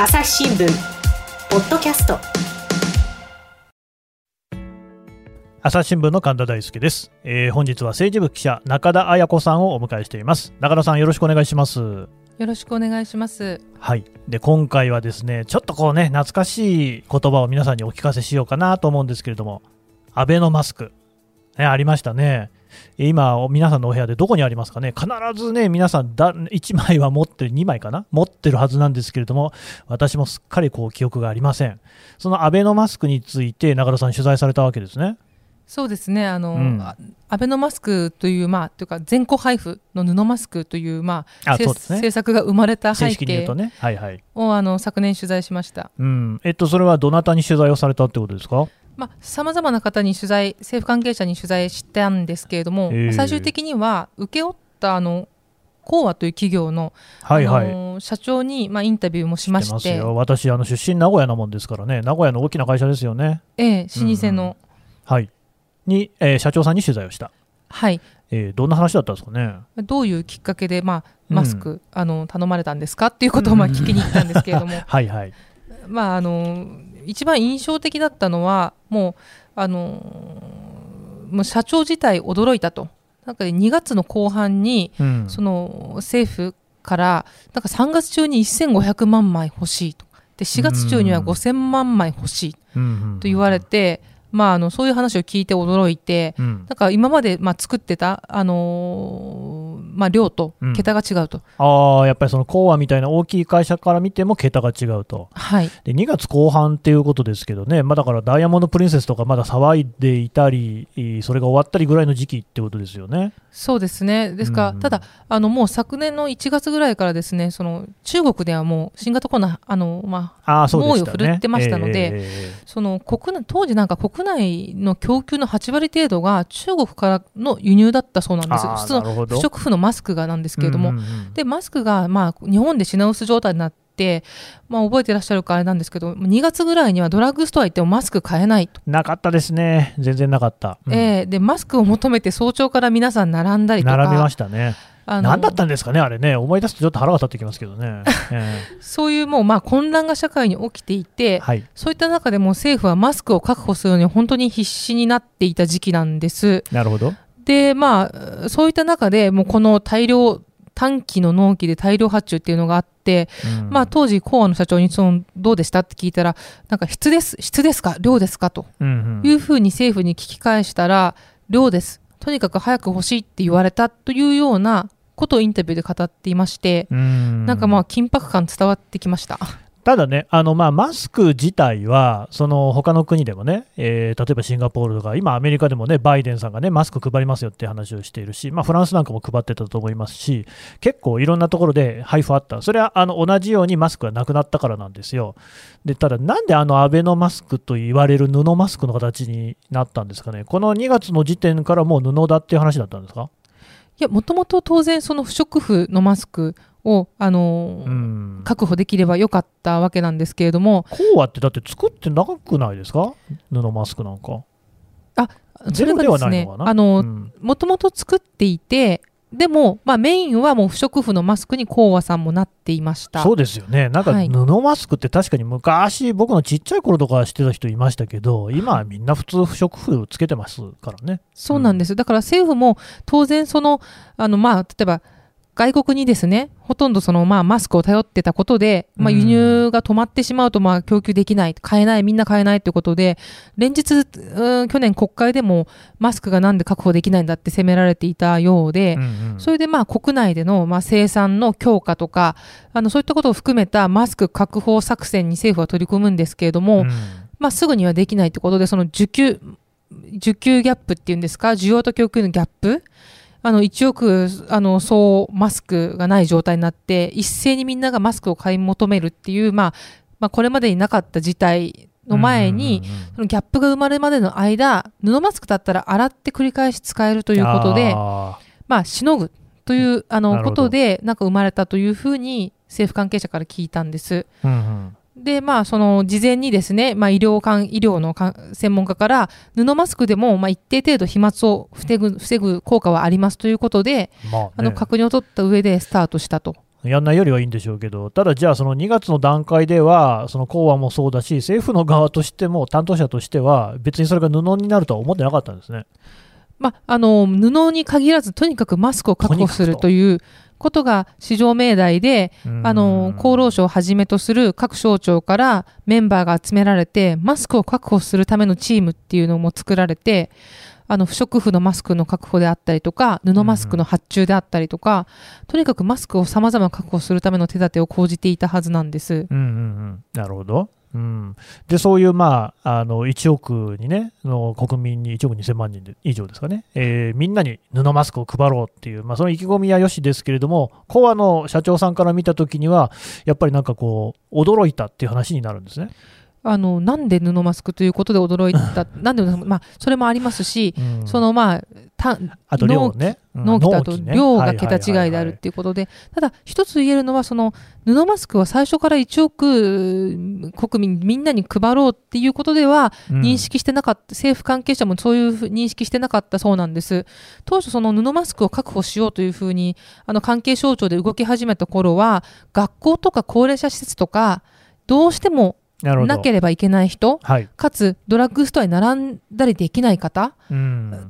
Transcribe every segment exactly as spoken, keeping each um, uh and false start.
朝日新聞ポッドキャスト。 朝日新聞の神田大輔です、えー、本日は政治部記者中田彩子さんをお迎えしています。中田さん、よろしくお願いします。 よろしくお願いします。 はい。で、今回はですね、ちょっとこうね、懐かしい言葉を皆さんにお聞かせしようかなと思うんですけれども、アベノマスク、ね、ありましたね。今皆さんのお部屋でどこにありますかね。必ずね、皆さんだいちまいは持ってる、にまいかな持ってるはずなんですけれども、私もすっかりこう記憶がありません。そのアベノマスクについて中田さん取材されたわけですね。 そうですね、あの、うん、アベノマスクという、まあ、というか全個配布の布マスクという、まああね、政策が生まれた背景を、ねはいはい、あの昨年取材しました、 うんえっと、それはどなたに取材をされたってことですか。 さまざ、まな方に取材、政府関係者に取材したんですけれども、最終的には請け負ったあのコーアという企業 の,、はいはい、あの社長に、まあ、インタビューもしまして。知ってますよ。 私あの出身名古屋なもんですからね。名古屋の大きな会社ですよね。 ええ、老舗の、 うんはいにえー、社長さんに取材をした。 はい、 えー、どんな話だったんですかね。 どういうきっかけで、まあ、マスク、うん、あの頼まれたんですかっていうことをまあ聞きに行ったんですけれどもはい、はいまあ、あの一番印象的だったのはもうあのもう社長自体驚いたと。なんかにがつの後半に、うん、その政府からなんかさんがつ中にせんごひゃくまんまい欲しいと。でしがつ中にはごせんまんまい欲しいと言われて、まあ、あのそういう話を聞いて驚いて、うん、なんか今までまあ作ってた、あのーまあ、量と桁が違うと、 うん、あやっぱりそのコーアみたいな大きい会社から見ても桁が違うと、 はい、 でにがつこう半っていうことですけどね、まあ、だからダイヤモンドプリンセスとかまだ騒いでいたりそれが終わったりぐらいの時期ってことですよね。 そうですね。ですから、うん、ただあのもう昨年のいちがつぐらいからですね、その中国ではもう新型コロナあの、まあ、猛威を振るってましたので、えー、その国内当時なんか国内の供給のはちわり程度が中国からの輸入だったそうなんです。普通の不織布のマスクがなんですけれども、うんうんうん、でマスクが、まあ、日本で品薄状態になって、まあ、覚えてらっしゃるかあれなんですけど、にがつぐらいにはドラッグストア行ってもマスク買えないと。 なかったですね。全然なかった、 うんえー、でマスクを求めて早朝から皆さん並んだりとか。 並びましたね。何だったんですかねあれね。思い出すとちょっと腹が立ってきますけどね、えー、 そういうもうまあ混乱が社会に起きていて、はい、そういった中でも政府はマスクを確保するのに本当に必死になっていた時期なんです。 なるほど。 でまあそういった中でもうこの大量短期の納期で大量発注っていうのがあって、うんまあ、当時コーアの社長にそのどうでしたって聞いたら、なんか質です質ですか量ですかというふうに政府に聞き返したら、量です、とにかく早く欲しいって言われたというようなことをインタビューで語っていまして、うんなんかまあ緊迫感伝わってきました。 ただね、あのまあマスク自体はその他の国でもね、えー、例えばシンガポールとか今アメリカでもね、バイデンさんがねマスク配りますよって話をしているし、まあ、フランスなんかも配ってたと思いますし、結構いろんなところで配布あった。それはあの同じようにマスクがなくなったからなんですよ。でただなんであのアベノマスクと言われる布マスクの形になったんですかね。このにがつの時点からもう布だっていう話だったんですか。 いや、もともと当然その不織布のマスクを、あのーうん、確保できればよかったわけなんですけれども、 コーアってだって作ってなくないですか、布マスクなんか。 あ、それがですね、あの、うん、もともと作っていて、でも、まあ、メインはもう不織布のマスクにコーアさんもなっていました。 そうですよね。なんか布マスクって確かに昔僕のちっちゃい頃とかしてた人いましたけど、今はみんな普通不織布つけてますからね。 そうなんです、うん、だから政府も当然そのあのまあ例えば外国にですね、ほとんどそのまあマスクを頼ってたことで、まあ、輸入が止まってしまうとまあ供給できない、買えない、みんな買えないということで、連日、うん、去年国会でもマスクがなんで確保できないんだって責められていたようで、うんうん、それでまあ国内でのまあ生産の強化とか、あのそういったことを含めたマスク確保作戦に政府は取り組むんですけれども、うんまあ、すぐにはできないということで、その需給、需給ギャップっていうんですか、需要と供給のギャップ、あのいちおくあのそうマスクがない状態になって、一斉にみんながマスクを買い求めるっていう、まあまあ、これまでになかった事態の前に、そのギャップが生まれるまでの間、布マスクだったら洗って繰り返し使えるということで、あまあしのぐというあのことでなんか生まれたというふうに政府関係者から聞いたんです。うんうんでまあ、その事前にですね、まあ、医療関医療の専門家から布マスクでもまあ一定程度飛沫を防ぐ、防ぐ効果はありますということで、まあね、あの確認を取った上でスタートしたとやんないよりはいいんでしょうけど、ただ、じゃあ、そのにがつの段階では、その講和もそうだし、政府の側としても、担当者としては、別にそれが布になるとは思ってなかったんですね。 まあ、あの布に限らず、とにかくマスクを確保するということが至上命題で、あの厚労省をはじめとする各省庁からメンバーが集められて、マスクを確保するためのチームっていうのも作られて、あの不織布のマスクの確保であったりとか、布マスクの発注であったりとか、うん、とにかくマスクをさまざま確保するための手立てを講じていたはずなんです。 うんうんうん、なるほど。うん、でそういう、まあ、あのいちおくにね、の国民にいちおくにせんまんにん以上ですかね、えー、みんなに布マスクを配ろうっていう、まあ、その意気込みはよしですけれども、コアの社長さんから見たときには、やっぱりなんかこう、驚いたっていう話になるんですね。 あのなんで布マスクということで驚いた、なんで、まあ、それもありますし、うん、そのまあ、たあと量ね、 納期と量が桁違いであるということで、ただ、一つ言えるのは、その布マスクは最初からいちおく国民みんなに配ろうっていうことでは認識してなかった、うん、政府関係者もそういう認識してなかったそうなんです。当初、その布マスクを確保しようというふうにあの関係省庁で動き始めた頃は、学校とか高齢者施設とか、どうしてもなければいけない人、はい、かつドラッグストアに並んだりできない方、うん、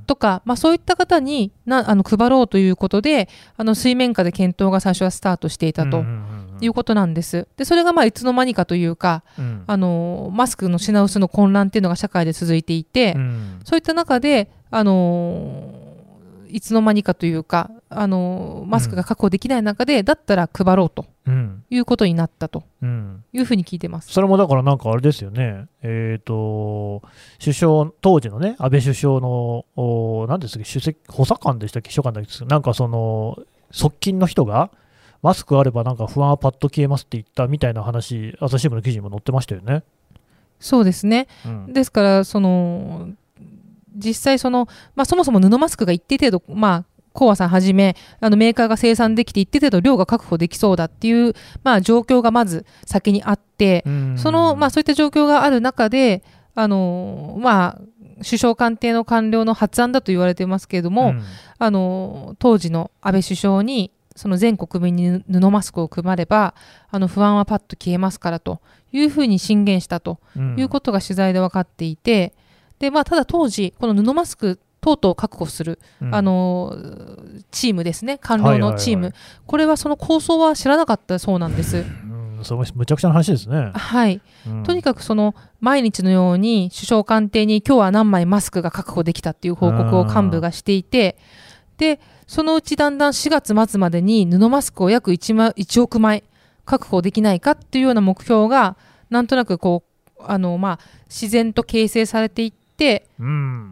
とか、まあ、そういった方になあの配ろうということで、あの水面下で検討が最初はスタートしていたということなんです。でそれがまあいつの間にかというか、うん、あのマスクの品薄の混乱っていうのが社会で続いていて、うん、そういった中で、あのいつの間にかというか、あのマスクが確保できない中で、うん、だったら配ろうということになったというふうに聞いてます。 それもだからなんかあれですよね、えーと、首相、当時のね、安倍首相の、何ですか、首席補佐官でしたっけ、秘書官だっけ、なんかその、側近の人が、マスクあればなんか不安はパッと消えますって言ったみたいな話、朝日新聞の記事にも載ってましたよね。 そうですね、うん、ですからその実際その、まあ、そもそも布マスクが一定程度、まあ、コアさんはじめあのメーカーが生産できて一定程度量が確保できそうだっていう、まあ、状況がまず先にあって、その、まあ、そういった状況がある中で、あの、まあ、首相官邸の官僚の発案だと言われていますけれども、うん、あの当時の安倍首相にその全国民に布マスクを配ればあの不安はパッと消えますからというふうに進言したということが取材で分かっていて、で、まあ、ただ当時この布マスク等々を確保する、うん、あのチームですね、官僚のチーム、はいはいはい、これはその構想は知らなかったそうなんです。うん、 それむちゃくちゃな話ですね。 はい、うん、とにかくその毎日のように首相官邸に今日は何枚マスクが確保できたっていう報告を幹部がしていて、でそのうちだんだんしがつ末までに布マスクを約 1, いちおくまい確保できないかっていうような目標がなんとなくこうあの、まあ、自然と形成されていって、うん、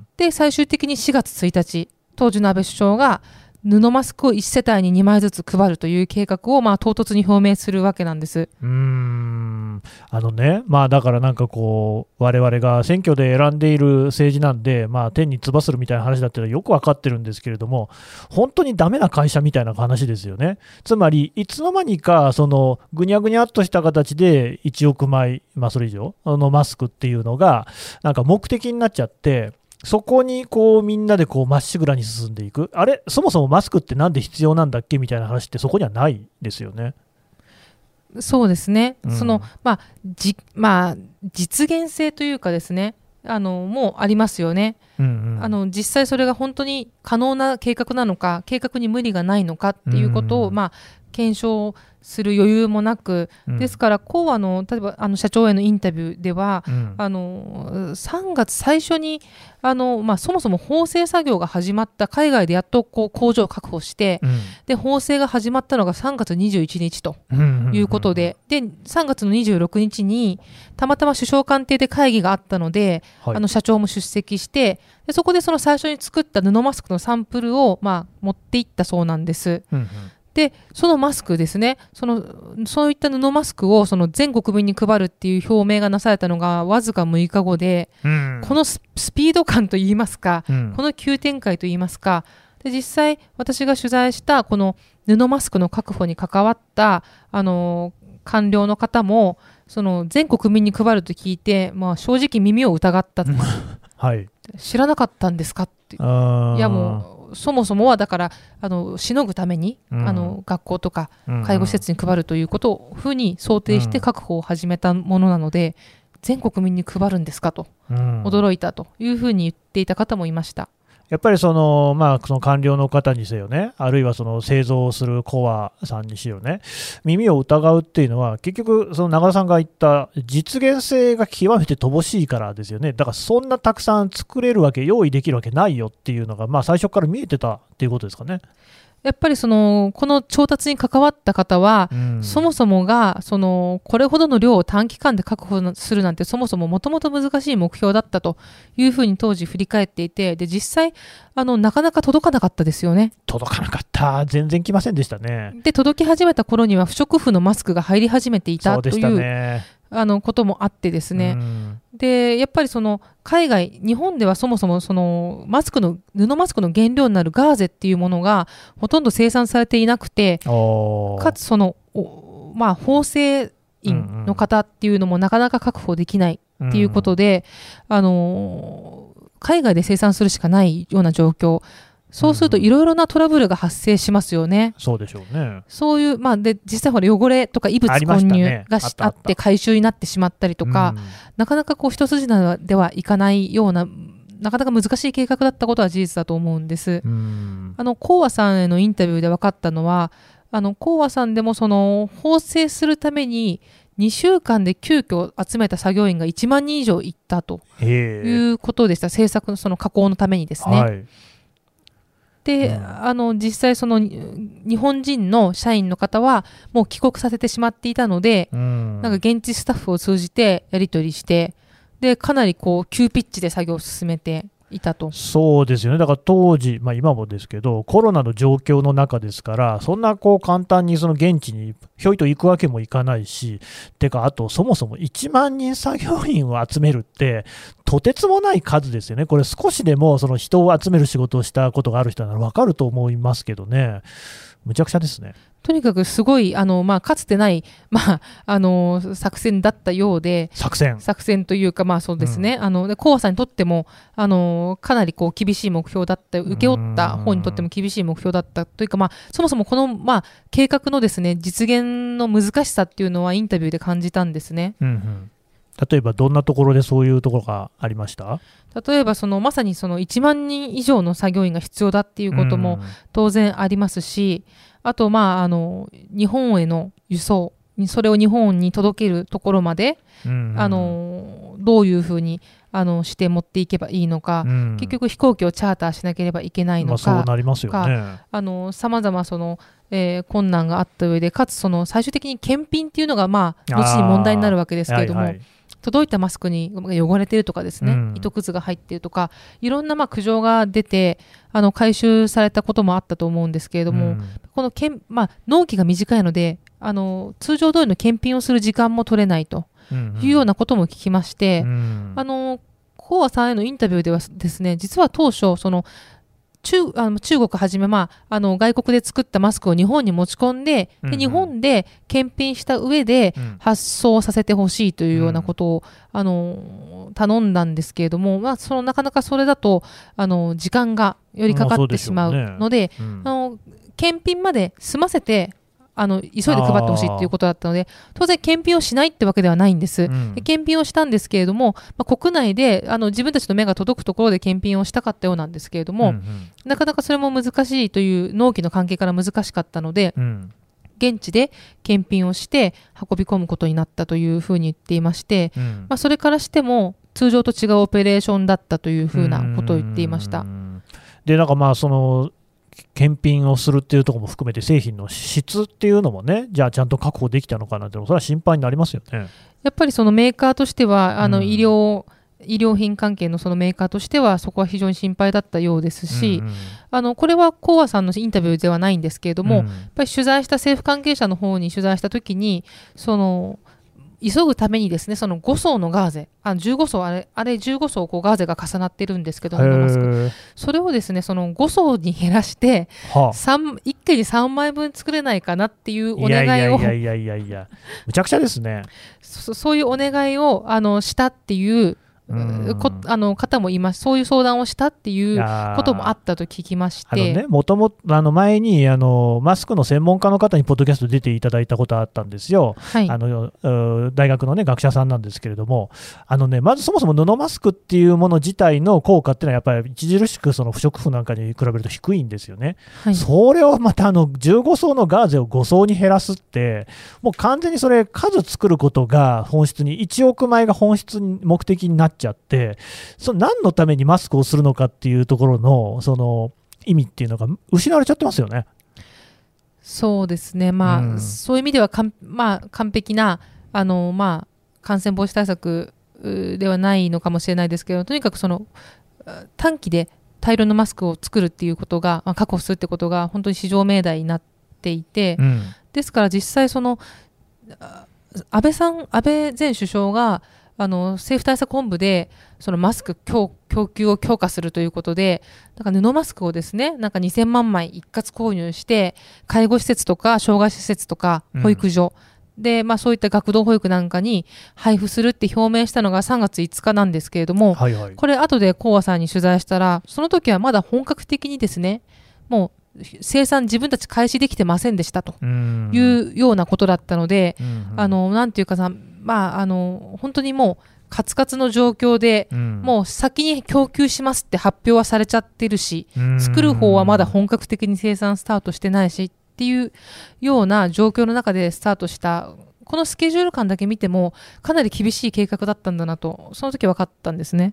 で最終的にしがつついたち当時の安倍首相が布マスクをいち世帯ににまいずつ配るという計画をまあ唐突に表明するわけなんです。 うーんあのね、まあだからなんかこう我々が選挙で選んでいる政治なんで、まあ天に唾するみたいな話だったらよく分かってるんですけれども、本当にダメな会社みたいな話ですよね。つまりいつの間にかそのぐにゃぐにゃっとした形でいちおくまい、まあそれ以上のマスクっていうのがなんか目的になっちゃって、そこにこうみんなでこうまっしぐらに進んでいく。あれそもそもマスクってなんで必要なんだっけみたいな話ってそこにはないですよね。 そうですね、うん、そのまあじまあ実現性というかですね、あのもうありますよね、うんうん、あの実際それが本当に可能な計画なのか計画に無理がないのかっていうことを、うん、まあ検証する余裕もなく、うん、ですからこうあの例えばあの社長へのインタビューでは、うん、あのさんがつ最初にあの、まあ、そもそも縫製作業が始まった海外でやっとこう工場を確保して、うん、で縫製が始まったのがさんがつにじゅういちにちということで、うんうんうん、でさんがつのにじゅうろくにちにたまたま首相官邸で会議があったので、はい、あの社長も出席してでそこでその最初に作った布マスクのサンプルを、まあ、持っていったそうなんです、うんうん。でそのマスクですね、そのそういった布マスクをその全国民に配るっていう表明がなされたのがわずかむいかごで、うん、このスピード感といいますか、うん、この急展開といいますかで実際私が取材したこの布マスクの確保に関わったあの官僚の方もその全国民に配ると聞いて、まあ、正直耳を疑ったとはい、 知らなかったんですかって。いやもうそもそもはだからあのしのぐために、うん、あの学校とか介護施設に配るということをふうに想定して確保を始めたものなので、うん、全国民に配るんですかと、うん、驚いたというふうに言っていた方もいました。 やっぱりその、まあ、その官僚の方にせよね、あるいはその製造するコアさんにしよね、耳を疑うっていうのは、結局、その長田さんが言った実現性が極めて乏しいからですよね。だからそんなたくさん作れるわけ、用意できるわけないよっていうのが、まあ、最初から見えてたっていうことですかね。 やっぱりそのこの調達に関わった方は、うん、そもそもがそのこれほどの量を短期間で確保するなんてそもそももともと難しい目標だったというふうに当時振り返っていて、で実際あのなかなか届かなかったですよね。 届かなかった、全然来ませんでしたね。 で届き始めた頃には不織布のマスクが入り始めていたという、ね、あのこともあってですね、うん、でやっぱりその海外、日本ではそもそもそのマスクの布マスクの原料になるガーゼっていうものがほとんど生産されていなくて、かつその、まあ、縫製員の方っていうのもなかなか確保できないっていうことで、うん、あの海外で生産するしかないような状況。そうするといろいろなトラブルが発生しますよね。 そうでしょうね。 そういう、まあ、で実際ほら汚れとか異物混入が あ,、ね、あ, あって回収になってしまったりとか、うん、なかなかこう一筋縄ではいかないようななかなか難しい計画だったことは事実だと思うんです。うん、あのコーワさんへのインタビューで分かったのは、あのコーワさんでもその縫製するためににしゅうかんで急遽集めた作業員がいちまんにん以上いったということでした。制作のその加工のためにですね。はい、で、うん、あの実際その日本人の社員の方はもう帰国させてしまっていたので、うん、なんか現地スタッフを通じてやり取りして、でかなりこう急ピッチで作業を進めていたと。 そうですよね。だから当時、まあ、今もですけどコロナの状況の中ですから、そんなこう簡単にその現地にひょいと行くわけもいかないし、てかあとそもそもいちまんにん作業員を集めるってとてつもない数ですよね。これ少しでもその人を集める仕事をしたことがある人なら分かると思いますけどね。むちゃくちゃですね。 とにかくすごいあの、まあ、かつてない、まあ、あの作戦だったようで、 作戦作戦というか、まあそうですね、うん、あのでコアさんにとってもあのかなりこう厳しい目標だった、請け負った方にとっても厳しい目標だったというか、まあ、そもそもこの、まあ、計画のですね実現の難しさっていうのはインタビューで感じたんですね。うんうん、 例えばどんなところでそういうところがありました？ 例えばそのまさにそのいちまんにん以上の作業員が必要だっていうことも当然ありますし、あとまああの日本への輸送、それを日本に届けるところまで、うんうん、あのどういうふうにあのして持っていけばいいのか、うん、結局飛行機をチャーターしなければいけないのか、 まあ、そうなりますよね。 あの様々その、えー、困難があった上で、かつその最終的に検品っていうのがまあ後に問題になるわけですけれども、はいはい、届いたマスクに汚れてるとかですね、うん、糸くずが入ってるとか、いろんなまあ苦情が出てあの回収されたこともあったと思うんですけれども、うん、このけん、まあ、納期が短いのであの通常通りの検品をする時間も取れないというようなことも聞きまして、うんうん、あのコアさんへのインタビューではですね、実は当初その中, あの中国はじめ、まあ、あの外国で作ったマスクを日本に持ち込んで、うんうん、で日本で検品した上で発送させてほしいというようなことを、うん、あの頼んだんですけれども、まあ、そのなかなかそれだとあの時間がよりかかってしまうので、まあ、ね、うん、あの検品まで済ませてあの急いで配ってほしいということだったので、当然検品をしないってわけではないんです、うん、で検品をしたんですけれども、まあ、国内であの自分たちの目が届くところで検品をしたかったようなんですけれども、うんうん、なかなかそれも難しいという納期の関係から難しかったので、うん、現地で検品をして運び込むことになったというふうに言っていまして、うん、まあ、それからしても通常と違うオペレーションだったというふうなことを言っていました。 でなんかまあその検品をするっていうところも含めて製品の質っていうのもね、じゃあちゃんと確保できたのかなって、それは心配になりますよね。 やっぱりそのメーカーとしてはあの医療、うん、医療品関係のそのメーカーとしてはそこは非常に心配だったようですし、うんうん、あのこれはコアさんのインタビューではないんですけれども、うん、やっぱり取材した政府関係者の方に取材したときに、その急ぐためにですね、そのご層のガーゼ、あのじゅうご層、あれ、あれじゅうご層こうガーゼが重なってるんですけど、マスク、それをですね、そのご層に減らして、はあ、一気にさんまいぶん作れないかなっていうお願いを、 いやいやいやいやいや、むちゃくちゃですね。 そ, そういうお願いをあのしたっていうこあの方もいます。そういう相談をしたっていうこともあったと聞きまして、 ね、もともとあの前にあのマスクの専門家の方にポッドキャスト出ていただいたことあったんですよ、はい、あの大学の、ね、学者さんなんですけれども、あの、ね、まずそもそも布マスクっていうもの自体の効果っていうのはやっぱり著しくその不織布なんかに比べると低いんですよね、はい、それをまたあのじゅうご層のガーゼをご層に減らすってもう完全にそれ数作ることが本質にいちおくまいが本質に目的になっちゃって、その何のためにマスクをするのかっていうところのその意味っていうのが失われちゃってますよね。 そうですね、まあうん、そういう意味ではかん、まあ、完璧なあの、まあ、感染防止対策ではないのかもしれないですけど、とにかくその短期で大量のマスクを作るっていうことが、まあ、確保するってことが本当に至上命題になっていて、うん、ですから実際その安倍さん安倍前首相があの政府対策本部でそのマスク 供, 供給を強化するということで、なんか布マスクをですね、なんかにせんまんまい一括購入して介護施設とか障害施設とか保育所、うん、で、まあ、そういった学童保育なんかに配布するって表明したのがさんがついつかなんですけれども、はいはい、これ後で高和さんに取材したら、その時はまだ本格的にですね、もう生産自分たち開始できてませんでしたというようなことだったので、うんうん、あのなんていうかさ、まあ、あの本当にもうカツカツの状況で、うん、もう先に供給しますって発表はされちゃってるし、作る方はまだ本格的に生産スタートしてないしっていうような状況の中でスタートしたこのスケジュール感だけ見てもかなり厳しい計画だったんだなとその時分かったんですね。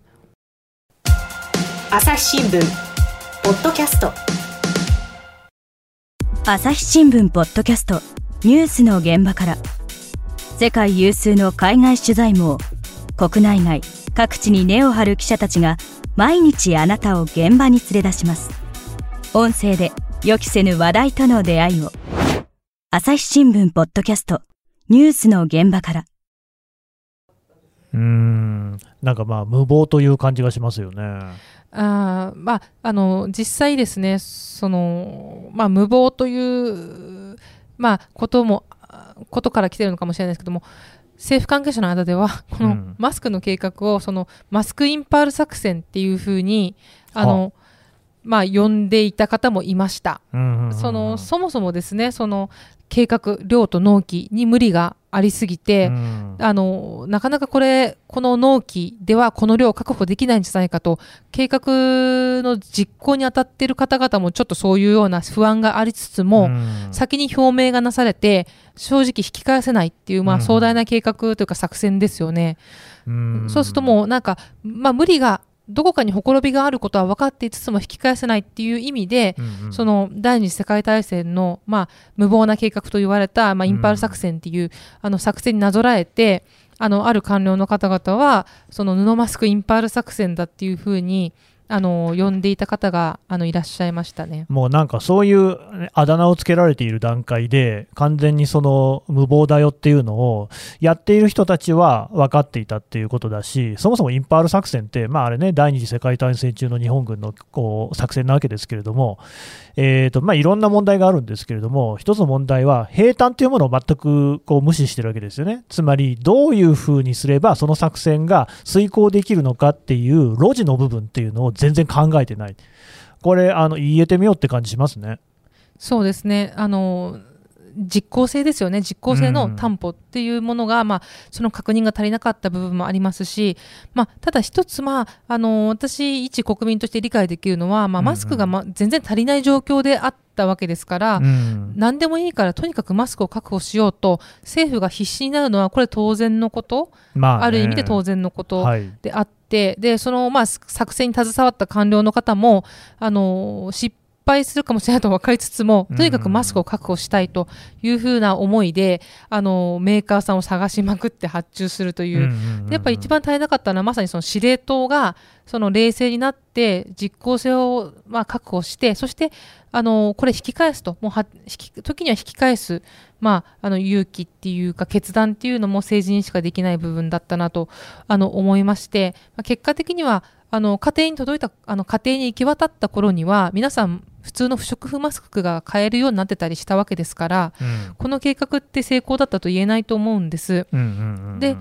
朝日新聞ポッドキャスト、 朝日新聞ポッドキャストニュースの現場から、世界有数の海外取材網、国内外各地に根を張る記者たちが毎日あなたを現場に連れ出します。音声で予期せぬ話題との出会いを。朝日新聞ポッドキャストニュースの現場から。 うーん、なんかまあ無謀という感じがしますよね。 あまあ、あの実際ですね、その、まあ、無謀という、まあ、こともことから来てるのかもしれないですけども、政府関係者の間ではこのマスクの計画をそのマスクインパール作戦っていうふうにあの、まあ、呼んでいた方もいました。そのそもそもですね、その計画量と納期に無理がありすぎて、うん、あのなかなかこれこの納期ではこの量を確保できないんじゃないかと計画の実行に当たっている方々もちょっとそういうような不安がありつつも、うん、先に表明がなされて正直引き返せないっていう、まあ、壮大な計画というか作戦ですよね、うん、そうするともうなんか、まあ、無理がどこかにほころびがあることは分かっていつつも引き返せないっていう意味で、うんうん、その第二次世界大戦の、まあ、無謀な計画と言われた、まあ、インパール作戦っていう、うん、あの作戦になぞらえて、あのある官僚の方々はその布マスクインパール作戦だっていうふうにあの呼んでいた方があのいらっしゃいましたね。 もうなんかそういうあだ名をつけられている段階で完全にその無謀だよっていうのをやっている人たちは分かっていたっていうことだし、そもそもインパール作戦って、まあ、あれね第二次世界大戦中の日本軍のこう作戦なわけですけれども、えーとまあ、いろんな問題があるんですけれども、一つの問題は兵站というものを全くこう無視してるわけですよね。つまりどういうふうにすればその作戦が遂行できるのかっていうロジの部分っていうのを全然考えてない。これあの言えてみようって感じしますね。 そうですね、あの実効性ですよね。実効性の担保っていうものが、うん、まあ、その確認が足りなかった部分もありますし、まあ、ただ一つ、まあ、あの私一国民として理解できるのは、まあ、マスクが、ま、全然足りない状況であったわけですから、うん、何でもいいからとにかくマスクを確保しようと政府が必死になるのはこれ当然のこと、まあ、ある意味で当然のことであって、はい、でその、まあ、作戦に携わった官僚の方もあの失敗失敗するかもしれないと分かりつつも、とにかくマスクを確保したいというふうな思いで、あのメーカーさんを探しまくって発注するという、でやっぱり一番足りなかったのはまさにその司令塔がその冷静になって実効性をまあ確保して、そしてあのこれ引き返すと、もうは引き時には引き返す、まあ、あの勇気っていうか決断っていうのも政治にしかできない部分だったなとあの思いまして、まあ、結果的にはあの家庭に届いたあの家庭に行き渡った頃には皆さん普通の不織布マスクが買えるようになってたりしたわけですから、うん、この計画って成功だったと言えないと思うんです、うんうんうんうん、で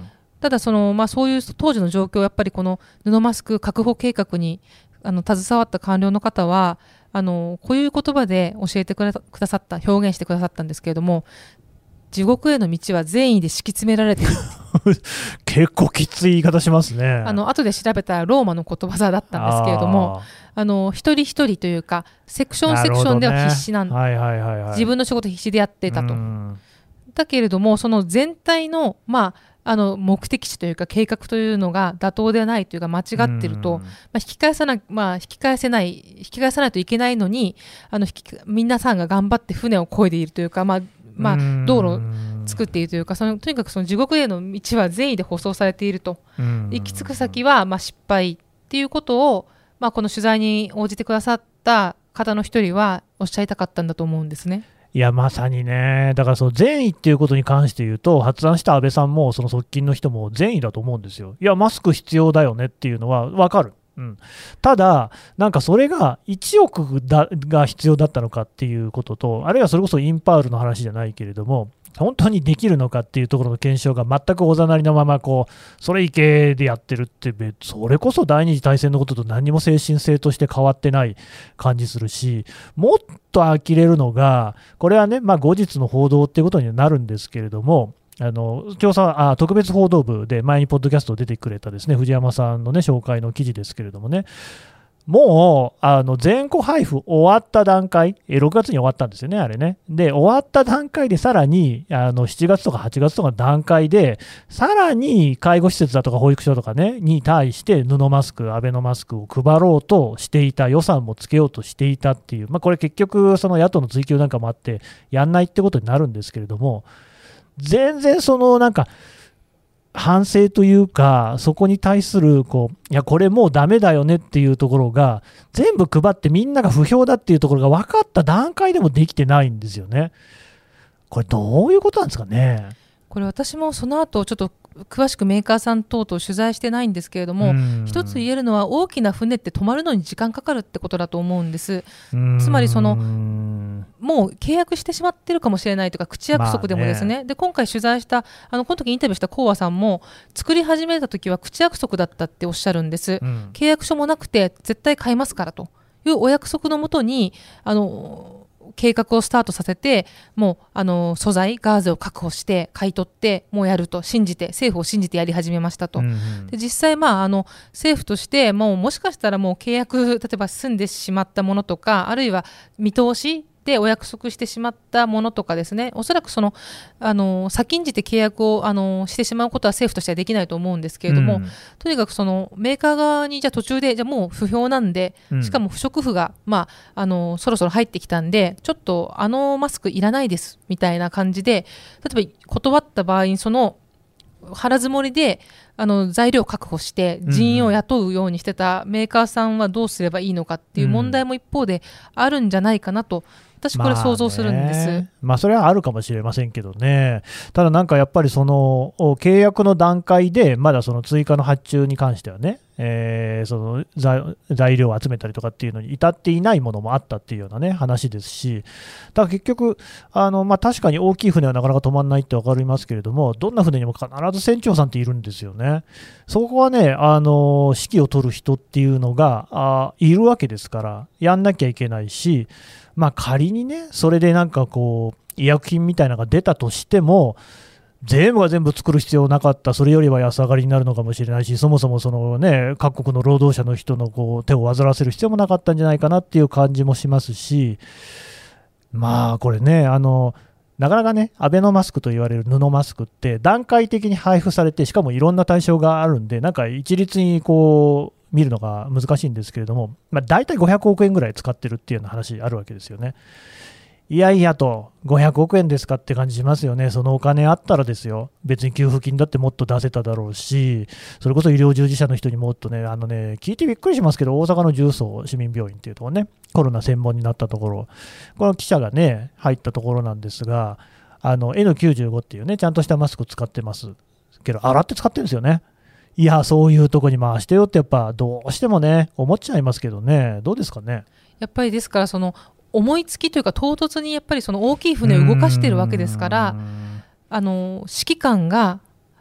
ただその、まあ、そういう当時の状況、やっぱりこの布マスク確保計画にあの携わった官僚の方はあのこういう言葉で教えてくださった、表現してくださったんですけれども、地獄への道は善意で敷き詰められている結構きつい言い方しますね。 あの後で調べたらローマのことわざだったんですけれども、あの一人一人というかセクションセクションでは必死なん、 ね、はいはいはいはい、 自分の仕事必死でやってたと。だけれどもその全体の、まあ、あの目的地というか計画というのが妥当ではないというか間違っていると、まあ、引き返さな、まあ、引き返せない引き返さないといけないのにあの引き皆さんが頑張って船を漕いでいるというか、まあまあ、道路を作っているというか、そのとにかくその地獄への道は善意で舗装されていると、行き着く先はまあ失敗っていうことを、まあ、この取材に応じてくださった方の一人はおっしゃりたかったんだと思うんですね。 いやまさにね、だからその善意っていうことに関して言うと、発案した安倍さんもその側近の人も善意だと思うんですよ。いやマスク必要だよねっていうのは分かる、うん、ただ、なんかそれがいちおくだが必要だったのかっていうことと、あるいはそれこそインパールの話じゃないけれども、本当にできるのかっていうところの検証が全くおざなりのままこうそれいけでやってるって、それこそ第二次大戦のことと何も精神性として変わってない感じするし、もっと呆れるのが、これはね、まあ、後日の報道っていうことになるんですけれども、あの調査あ特別報道部で前にポッドキャスト出てくれたですね藤山さんの、ね、紹介の記事ですけれどもね、もうあの全戸配布終わった段階、ろくがつに終わったんですよね、あれね。で、終わった段階でさらにあのしちがつとかはちがつとかの段階で、さらに介護施設だとか保育所とかねに対して布マスク、アベノマスクを配ろうとしていた、予算もつけようとしていたっていう、まあ、これ結局その野党の追及なんかもあってやんないってことになるんですけれども、全然そのなんか反省というか、そこに対するこう、いやこれもうダメだよねっていうところが全部配ってみんなが不評だっていうところが分かった段階でもできてないんですよね。これどういうことなんですかね。 これ私もその後ちょっと詳しくメーカーさん等々取材してないんですけれども、一つ言えるのは大きな船って止まるのに時間かかるってことだと思うんです。つまりそのもう契約してしまってるかもしれないとか、口約束でもですね、まあね、で今回取材したあのこの時インタビューした高和さんも作り始めた時は口約束だったっておっしゃるんです、うん、契約書もなくて絶対買いますからというお約束のもとにあの計画をスタートさせて、もうあの素材ガーゼを確保して買い取ってもうやると信じて、政府を信じてやり始めましたと、うんうん、で実際、まあ、あの政府としてもうもしかしたらもう契約、例えば済んでしまったものとか、あるいは見通しでお約束してしまったものとかですね、おそらくそのあの先んじて契約をあのしてしまうことは政府としてはできないと思うんですけれども、うん、とにかくそのメーカー側にじゃあ途中でじゃあもう不評なんで、うん、しかも不織布が、まあ、あのそろそろ入ってきたんでちょっとあのマスクいらないですみたいな感じで、例えば断った場合にその腹積もりであの材料を確保して人員を雇うようにしてたメーカーさんはどうすればいいのかっていう問題も一方であるんじゃないかなと、私これ想像するんです、まあね、 まあ、それはあるかもしれませんけどね。ただなんかやっぱりその契約の段階でまだその追加の発注に関してはね、えー、その 材, 材料を集めたりとかっていうのに至っていないものもあったっていうようなね話ですし、だから結局あの、まあ、確かに大きい船はなかなか止まらないって分かりますけれども、どんな船にも必ず船長さんっているんですよね。そこはねあの指揮を取る人っていうのがあいるわけですからやんなきゃいけないし、まあ、仮にねそれでなんかこう医薬品みたいなのが出たとしても全部が全部作る必要なかった、それよりは安上がりになるのかもしれないし、そもそもその、ね、各国の労働者の人のこう手を煩わせる必要もなかったんじゃないかなっていう感じもしますし、まあこれねあのなかなかねアベノマスクと言われる布マスクって段階的に配布されて、しかもいろんな対象があるんでなんか一律にこう見るのが難しいんですけれども、まあ、大体ごひゃくおくえんぐらい使ってるっていうような話あるわけですよね。いやいやとごひゃくおくえんですかって感じしますよね。そのお金あったらですよ、別に給付金だってもっと出せただろうし、それこそ医療従事者の人にもっとね、あのね聞いてびっくりしますけど、大阪の重曹市民病院っていうところね、コロナ専門になったところ、この記者がね入ったところなんですが、あの エヌきゅうじゅうご っていうねちゃんとしたマスク使ってますけど、洗って使ってるんですよね。いやそういうとこに回してよってやっぱどうしてもね思っちゃいますけどね。どうですかね。 やっぱりですからその思いつきというか唐突にやっぱりその大きい船を動かしているわけですから、あの指揮官が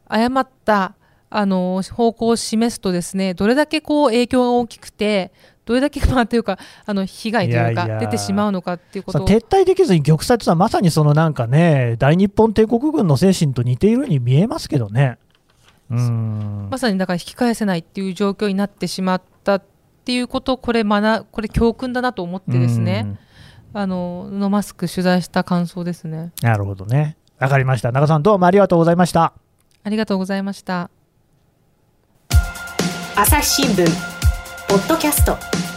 誤ったあの方向を示すとですね、どれだけこう影響が大きくて、どれだけ、まあ、というかあの被害というかいやいや出てしまうのかっていうことを、 撤退できずに玉砕とはまさにそのなんかね、大日本帝国軍の精神と似ているように見えますけどね。うーん、 まさにだから引き返せないっていう状況になってしまったっていうことを、これ学これ教訓だなと思ってですね、あのノマスク取材した感想ですね。 なるほどね。わかりました。中さんどうもありがとうございました。 ありがとうございました。 朝日新聞ポッドキャスト。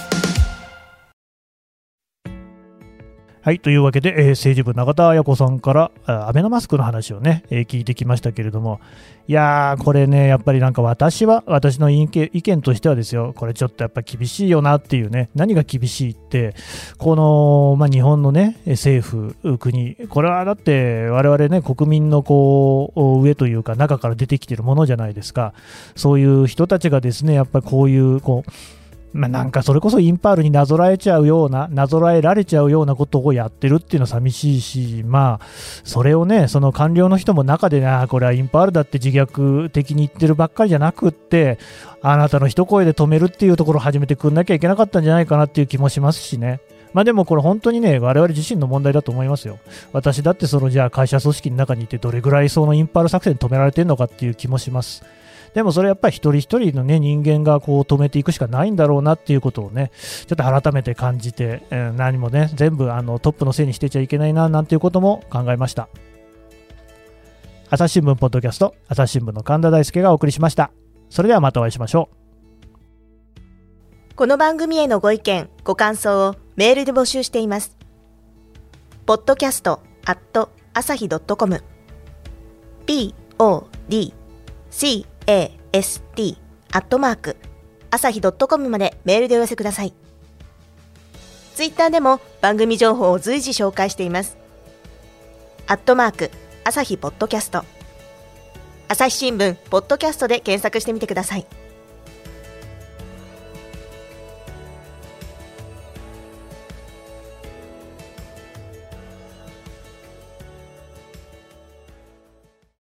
はい、というわけで、えー、政治部永田彩子さんからアベノマスクの話をね、えー、聞いてきましたけれども、いやーこれね、やっぱりなんか私は私の意見、意見としてはですよ、これちょっとやっぱ厳しいよなっていうね。何が厳しいって、この、まあ、日本のね政府国、これはだって我々ね国民のこう上というか中から出てきてるものじゃないですか。そういう人たちがですね、やっぱりこういうこうまあ、なんかそれこそインパールになぞらえちゃうような、なぞらえられちゃうようなことをやってるっていうのは寂しいし、まあ、それをね、その官僚の人も中でな、これはインパールだって自虐的に言ってるばっかりじゃなくって、あなたの一声で止めるっていうところを始めてくんなきゃいけなかったんじゃないかなっていう気もしますしね。まあでもこれ本当にね、我々自身の問題だと思いますよ。私だってそのじゃあ会社組織の中にいてどれぐらいそのインパール作戦止められてるのかっていう気もします。でもそれやっぱり一人一人の、ね、人間がこう止めていくしかないんだろうなっていうことをね、ちょっと改めて感じて、えー、何もね全部あのトップのせいにしてちゃいけないななんていうことも考えました。朝日新聞ポッドキャスト、朝日新聞の神田大輔がお送りしました。それではまたお会いしましょう。この番組へのご意見ご感想をメールで募集しています。ポッドキャストアット朝日ドットコム ピーオーディーシーエーエスティー アットマーク朝日ドットコムまでメールでお寄せください。ツイッターでも番組情報を随時紹介しています。アットマーク朝日ポッドキャスト、朝日新聞ポッドキャストで検索してみてください。